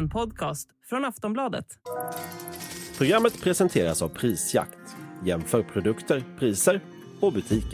En podcast från Aftonbladet. Programmet presenteras av Prisjakt. Jämför produkter, priser och butiker.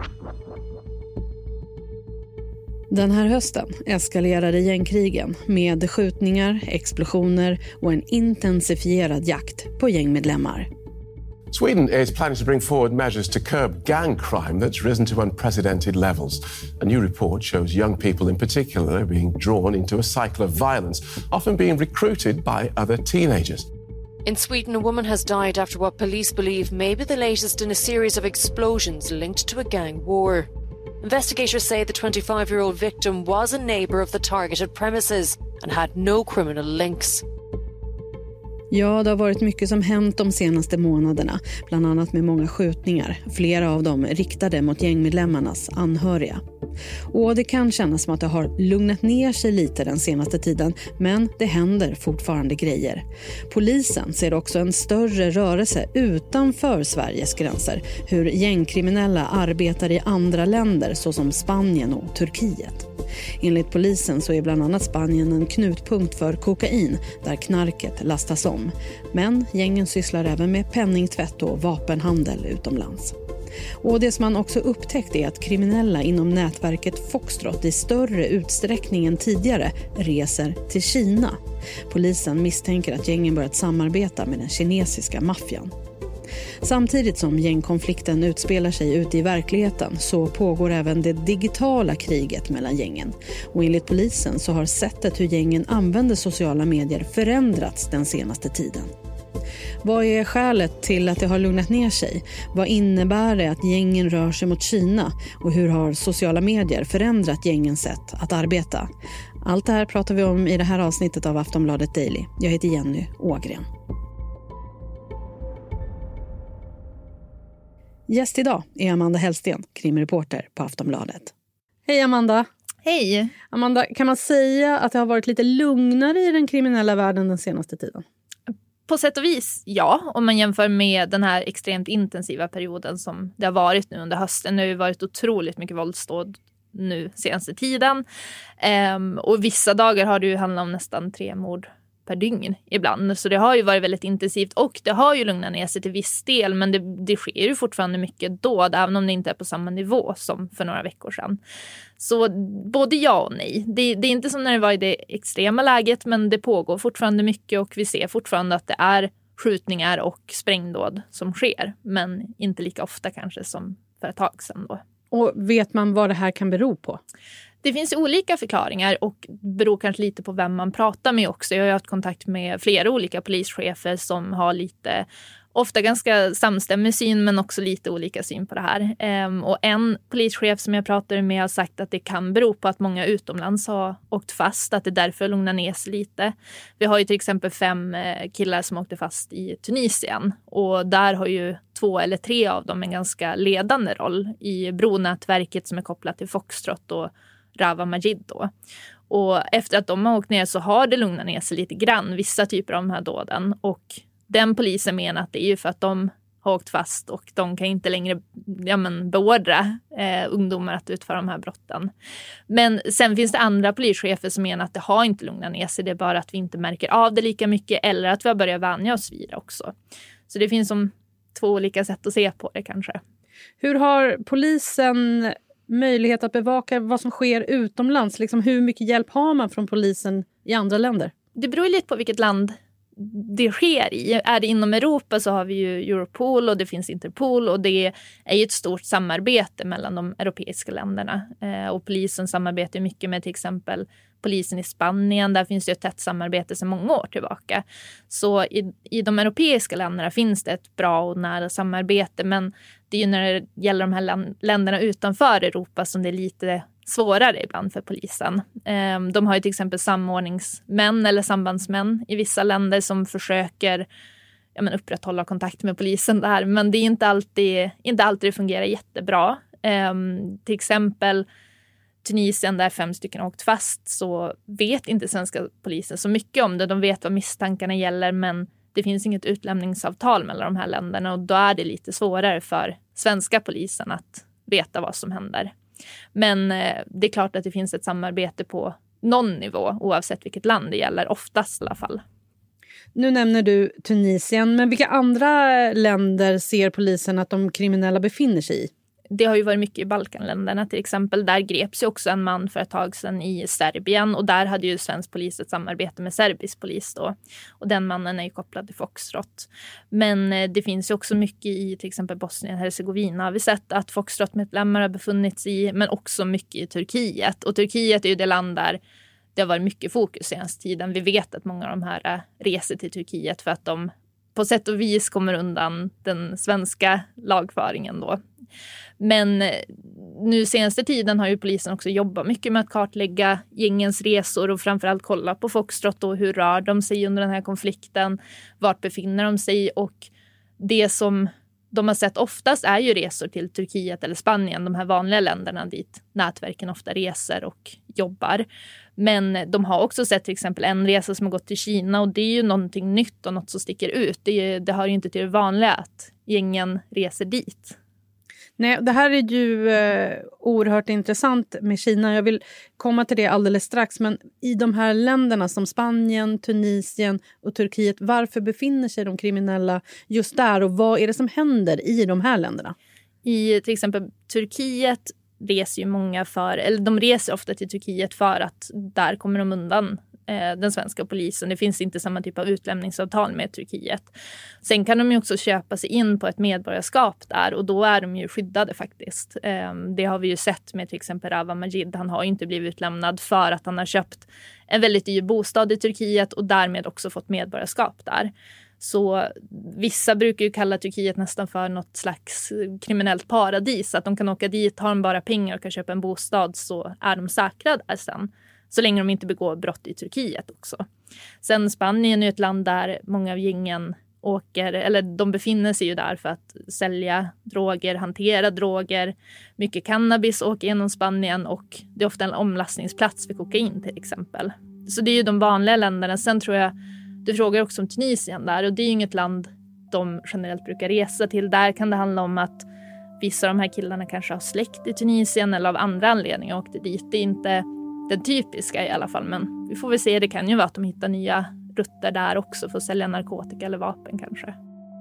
Den här hösten eskalerade gängkrigen med skjutningar, explosioner och en intensifierad jakt på gängmedlemmar. Sweden is planning to bring forward measures to curb gang crime that's risen to unprecedented levels. A new report shows young people in particular are being drawn into a cycle of violence, often being recruited by other teenagers. In Sweden, a woman has died after what police believe may be the latest in a series of explosions linked to a gang war. Investigators say the 25-year-old victim was a neighbour of the targeted premises and had no criminal links. Ja, det har varit mycket som hänt de senaste månaderna, bland annat med många skjutningar, flera av dem riktade mot gängmedlemmarnas anhöriga. Och det kan kännas som att det har lugnat ner sig lite den senaste tiden, men det händer fortfarande grejer. Polisen ser också en större rörelse utanför Sveriges gränser, hur gängkriminella arbetar i andra länder såsom Spanien och Turkiet. Enligt polisen så är bland annat Spanien en knutpunkt för kokain där knarket lastas om. Men gängen sysslar även med penningtvätt och vapenhandel utomlands. Och det som man också upptäckt är att kriminella inom nätverket Foxtrot i större utsträckning än tidigare reser till Kina. Polisen misstänker att gängen börjat samarbeta med den kinesiska maffian. Samtidigt som gängkonflikten utspelar sig ute i verkligheten så pågår även det digitala kriget mellan gängen. Och enligt polisen så har sättet hur gängen använder sociala medier förändrats den senaste tiden. Vad är skälet till att det har lugnat ner sig? Vad innebär det att gängen rör sig mot Kina? Och hur har sociala medier förändrat gängens sätt att arbeta? Allt det här pratar vi om i det här avsnittet av Aftonbladet Daily. Jag heter Jenny Ågren. Gäst idag är Amanda Hellsten, krimreporter på Aftonbladet. Hej Amanda! Hej! Amanda, kan man säga att det har varit lite lugnare i den kriminella världen den senaste tiden? På sätt och vis, ja. Om man jämför med den här extremt intensiva perioden som det har varit nu under hösten. Nu har det varit otroligt mycket våldsdåd nu senaste tiden. Och vissa dagar har det ju handlat om nästan 3 mord per dygn ibland. Så det har ju varit väldigt intensivt och det har ju lugnat ner sig till viss del, men det sker ju fortfarande mycket dåd, även om det inte är på samma nivå som för några veckor sedan. Så både ja och nej. Det är inte som när det var i det extrema läget, men det pågår fortfarande mycket och vi ser fortfarande att det är skjutningar och sprängdåd som sker, men inte lika ofta kanske som för ett tag sedan då. Och vet man vad det här kan bero på? Det finns olika förklaringar och beror kanske lite på vem man pratar med också. Jag har haft kontakt med flera olika polischefer som har lite, ofta ganska samstämmig syn men också lite olika syn på det här. Och en polischef som jag pratade med har sagt att det kan bero på att många utomlands har åkt fast, att det därför lugnar ner sig lite. Vi har ju till exempel 5 killar som åkte fast i Tunisien och där har ju 2 eller 3 av dem en ganska ledande roll i bronätverket som är kopplat till Foxtrot och Rawa Majid då. Och efter att de har åkt ner så har det lugnat ner sig lite grann, vissa typer av de här dåden. Och den polisen menar att det är ju för att de har åkt fast och de kan inte längre beordra ungdomar att utföra de här brotten. Men sen finns det andra polischefer som menar att det har inte lugnat ner sig, det är bara att vi inte märker av det lika mycket eller att vi har börjat vänja oss vid det också. Så det finns som 2 olika sätt att se på det kanske. Hur har polisen möjlighet att bevaka vad som sker utomlands? Liksom, hur mycket hjälp har man från polisen i andra länder? Det beror lite på vilket land det sker i. Är det inom Europa så har vi ju Europol och det finns Interpol och det är ju ett stort samarbete mellan de europeiska länderna. Och polisen samarbetar mycket med till exempel polisen i Spanien. Där finns det ett tätt samarbete sedan många år tillbaka. Så i de europeiska länderna finns det ett bra och nära samarbete, men det är ju när det gäller de här länderna utanför Europa som det är lite svårare ibland för polisen. De har ju till exempel samordningsmän eller sambandsmän i vissa länder som försöker upprätthålla kontakt med polisen där. Men det är inte alltid det fungerar jättebra. Till exempel Tunisien där 5 stycken har åkt fast, så vet inte svenska polisen så mycket om det. De vet vad misstankarna gäller, men det finns inget utlämningsavtal mellan de här länderna och då är det lite svårare för svenska polisen att veta vad som händer. Men det är klart att det finns ett samarbete på någon nivå oavsett vilket land det gäller, oftast i alla fall. Nu nämner du Tunisien, men vilka andra länder ser polisen att de kriminella befinner sig i? Det har ju varit mycket i Balkanländerna till exempel. Där greps ju också en man för ett tag sedan i Serbien. Och där hade ju svensk polis ett samarbete med serbisk polis då. Och den mannen är ju kopplad till Foxtrot. Men det finns ju också mycket i till exempel Bosnien-Hercegovina. Har vi sett att Foxtrot-medlemmar har befunnits i. Men också mycket i Turkiet. Och Turkiet är ju det land där det har varit mycket fokus senaste tiden. Vi vet att många av de här reser till Turkiet för att de på sätt och vis kommer undan den svenska lagföringen då. Men nu senaste tiden har ju polisen också jobbat mycket med att kartlägga gängens resor och framförallt kolla på Foxtrot och hur rör de sig under den här konflikten, vart befinner de sig, och det som de har sett oftast är ju resor till Turkiet eller Spanien, de här vanliga länderna dit nätverken ofta reser och jobbar. Men de har också sett till exempel en resa som har gått till Kina, och det är ju någonting nytt och något som sticker ut. Det hör ju inte till det vanliga att gängen reser dit. Nej, det här är ju oerhört intressant med Kina. Jag vill komma till det alldeles strax. Men i de här länderna som Spanien, Tunisien och Turkiet, varför befinner sig de kriminella just där? Och vad är det som händer i de här länderna? I till exempel Turkiet reser ju många de reser ofta till Turkiet för att där kommer de undan den svenska polisen. Det finns inte samma typ av utlämningsavtal med Turkiet. Sen kan de ju också köpa sig in på ett medborgarskap där, och då är de ju skyddade faktiskt. Det har vi ju sett med till exempel Rawa Majid. Han har ju inte blivit utlämnad för att han har köpt en väldigt dyr bostad i Turkiet och därmed också fått medborgarskap där. Så vissa brukar ju kalla Turkiet nästan för något slags kriminellt paradis. Att de kan åka dit, har de bara pengar och kan köpa en bostad, så är de säkra där sen. Så länge de inte begår brott i Turkiet också. Sen Spanien är ett land där många av gängen de befinner sig ju där för att sälja droger, hantera droger. Mycket cannabis åker genom Spanien, och det är ofta en omlastningsplats för kokain till exempel. Så det är ju de vanliga länderna. Sen tror jag, du frågar också om Tunisien där, och det är ju inget land de generellt brukar resa till. Där kan det handla om att vissa av de här killarna kanske har släkt i Tunisien eller av andra anledningar åkte dit. Det är inte den typiska i alla fall, men vi får väl se. Det kan ju vara att de hittar nya rutter där också för att sälja narkotika eller vapen kanske.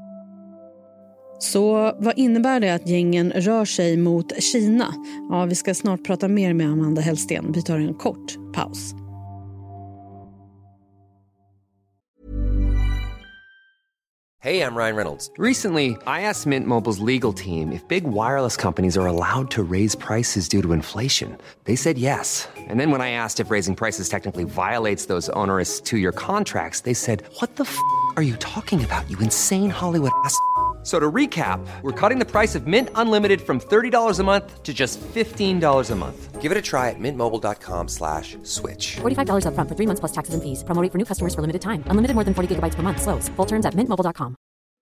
Så vad innebär det att gängen rör sig mot Kina? Ja, vi ska snart prata mer med Amanda Hellsten. Vi tar en kort paus. Hey, I'm Ryan Reynolds. Recently, I asked Mint Mobile's legal team if big wireless companies are allowed to raise prices due to inflation. They said yes. And then when I asked if raising prices technically violates those onerous two-year contracts, they said, "What the f*** are you talking about, you insane Hollywood ass?" So to recap, we're cutting the price of Mint Unlimited from $30 a month to just $15 a month. Give it a try at mintmobile.com/switch. $45 up front for 3 months plus taxes and fees. Promo rate for new customers for limited time. Unlimited more than 40 gigabytes per month. Slows full terms at mintmobile.com.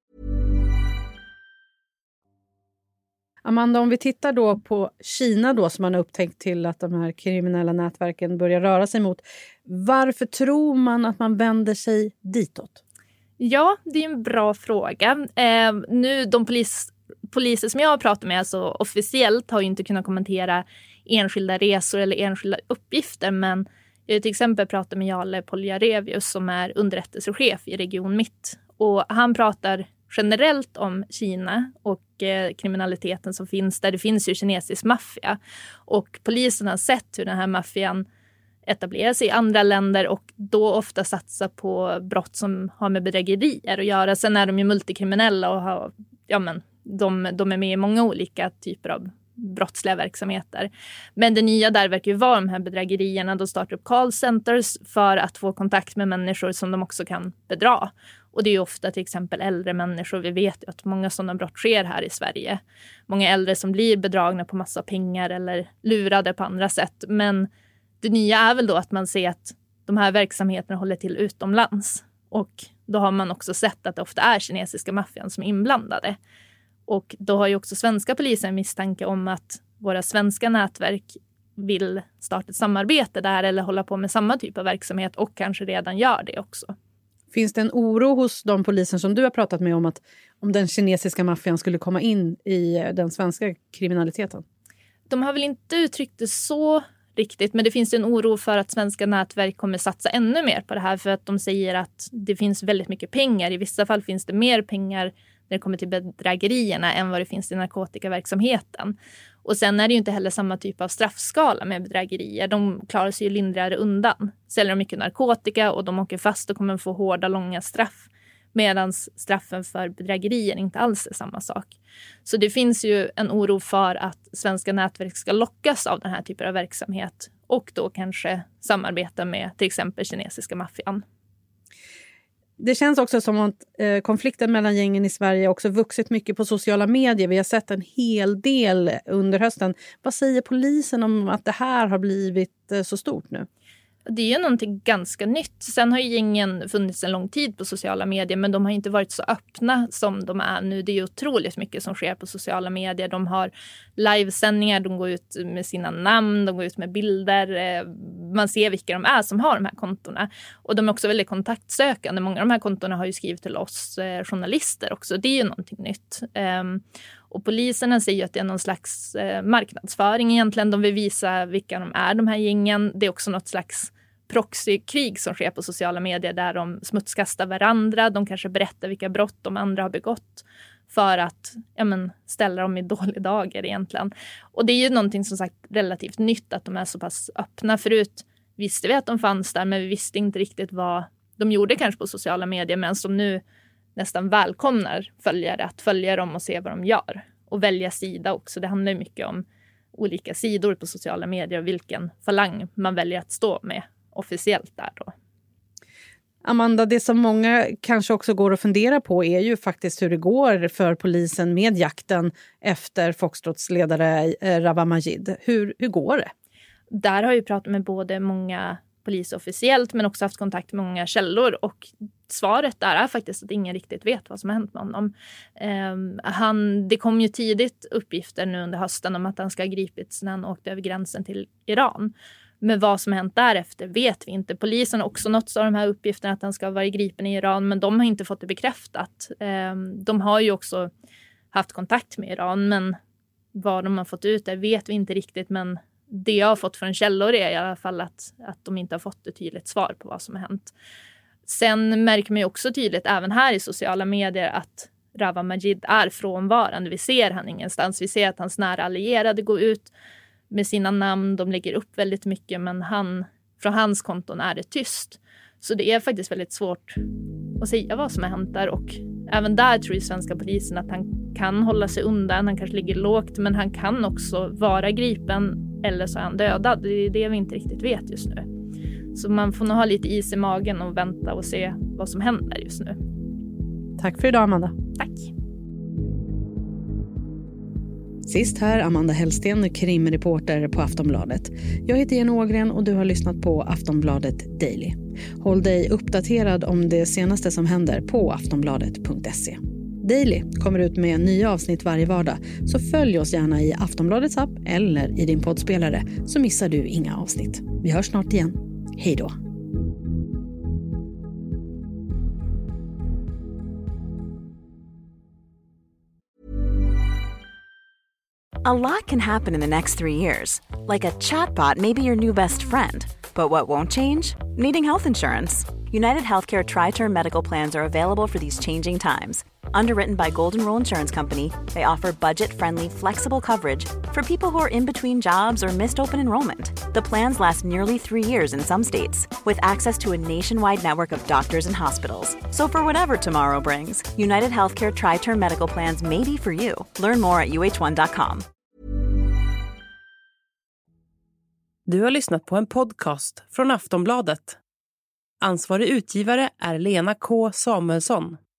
Amanda, om vi tittar då på Kina då, som man har upptäckt till att de här kriminella nätverken börjar röra sig mot. Varför tror man att man vänder sig ditåt? Ja, det är en bra fråga. Nu de poliser som jag har pratat med, alltså officiellt, har ju inte kunnat kommentera enskilda resor eller enskilda uppgifter. Men jag har till exempel pratat med Jale Poljarevius som är underrättelsechef i Region Mitt. Och han pratar generellt om Kina och kriminaliteten som finns där. Det finns ju kinesisk maffia. Och polisen har sett hur den här maffian etablerar sig i andra länder och då ofta satsar på brott som har med bedrägerier att göra. Sen är de ju multikriminella och de är med i många olika typer av brottsliga verksamheter. Men det nya där verkar ju vara de här bedrägerierna. De startar upp call centers för att få kontakt med människor som de också kan bedra. Och det är ju ofta till exempel äldre människor. Vi vet ju att många sådana brott sker här i Sverige. Många äldre som blir bedragna på massa pengar eller lurade på andra sätt. Men det nya är väl då att man ser att de här verksamheterna håller till utomlands. Och då har man också sett att det ofta är kinesiska maffian som är inblandade. Och då har ju också svenska polisen misstanke om att våra svenska nätverk vill starta ett samarbete där eller hålla på med samma typ av verksamhet och kanske redan gör det också. Finns det en oro hos de polisen som du har pratat med om att om den kinesiska maffian skulle komma in i den svenska kriminaliteten? De har väl inte uttryckt det så riktigt. Men det finns en oro för att svenska nätverk kommer satsa ännu mer på det här, för att de säger att det finns väldigt mycket pengar. I vissa fall finns det mer pengar när det kommer till bedrägerierna än vad det finns i narkotikaverksamheten. Och sen är det ju inte heller samma typ av straffskala med bedrägerier. De klarar sig ju lindrigare undan. Säljer de mycket narkotika och de åker fast och kommer få hårda, långa straff. Medan straffen för bedrägerier inte alls är samma sak. Så det finns ju en oro för att svenska nätverk ska lockas av den här typen av verksamhet. Och då kanske samarbeta med till exempel kinesiska maffian. Det känns också som att konflikten mellan gängen i Sverige också vuxit mycket på sociala medier. Vi har sett en hel del under hösten. Vad säger polisen om att det här har blivit så stort nu? Det är ju någonting ganska nytt. Sen har ju gängen funnits en lång tid på sociala medier, men de har inte varit så öppna som de är nu. Det är ju otroligt mycket som sker på sociala medier. De har livesändningar, de går ut med sina namn, de går ut med bilder. Man ser vilka de är som har de här kontona. Och de är också väldigt kontaktsökande. Många av de här kontona har ju skrivit till oss journalister också. Det är ju någonting nytt. Och poliserna säger ju att det är någon slags marknadsföring egentligen. De vill visa vilka de är, de här gängen. Det är också något slags proxykrig som sker på sociala medier där de smutskastar varandra. De kanske berättar vilka brott de andra har begått för att ställa dem i dålig dagar egentligen. Och det är ju någonting som sagt relativt nytt att de är så pass öppna. Förut visste vi att de fanns där, men vi visste inte riktigt vad de gjorde kanske på sociala medier, men som nu nästan välkomnar följare att följa dem och se vad de gör. Och välja sida också. Det handlar ju mycket om olika sidor på sociala medier och vilken falang man väljer att stå med officiellt där då. Amanda, det som många kanske också går att fundera på är ju faktiskt hur det går för polisen med jakten efter Foxtrots-ledare Rawa Majid. Hur går det? Där har jag pratat med både många poliser officiellt men också haft kontakt med många källor, och svaret där är faktiskt att ingen riktigt vet vad som har hänt med honom. Det kom ju tidigt uppgifter nu under hösten om att han ska ha gripits när han åkte över gränsen till Iran. Men vad som har hänt därefter vet vi inte. Polisen har också nåtts av de här uppgifterna att han ska ha varit gripen i Iran, men de har inte fått det bekräftat. De har ju också haft kontakt med Iran, men vad de har fått ut där vet vi inte riktigt. Men det jag har fått från källor är i alla fall att de inte har fått ett tydligt svar på vad som har hänt. Sen märker man ju också tydligt även här i sociala medier att Rawa Majid är frånvarande. Vi ser han ingenstans. Vi ser att hans nära allierade går ut med sina namn. De lägger upp väldigt mycket, men från hans konton är det tyst. Så det är faktiskt väldigt svårt att säga vad som har hänt där. Och även där tror ju svenska polisen att han kan hålla sig undan. Han kanske ligger lågt, men han kan också vara gripen eller så är han dödad. Det är det vi inte riktigt vet just nu. Så man får nog ha lite is i magen och vänta och se vad som händer just nu. Tack för idag, Amanda. Tack. Sist här Amanda Hellsten, krimreporter på Aftonbladet. Jag heter Jenny Ågren och du har lyssnat på Aftonbladet Daily. Håll dig uppdaterad om det senaste som händer på aftonbladet.se. Daily kommer ut med nya avsnitt varje vardag, så följ oss gärna i Aftonbladets app eller i din poddspelare så missar du inga avsnitt. Vi hörs snart igen. Hej då! A lot can happen in the next 3 years. Like a chatbot may be your new best friend. But what won't change? Needing health insurance. United Healthcare Tri-Term Medical Plans are available for these changing times. Underwritten by Golden Rule Insurance Company, they offer budget-friendly, flexible coverage for people who are in between jobs or missed open enrollment. The plans last nearly 3 years in some states, with access to a nationwide network of doctors and hospitals. So for whatever tomorrow brings, United Healthcare Tri-Term Medical Plans may be for you. Learn more at uh1.com. Du har lyssnat på en podcast från Aftonbladet. Ansvarig utgivare är Lena K. Samuelsson.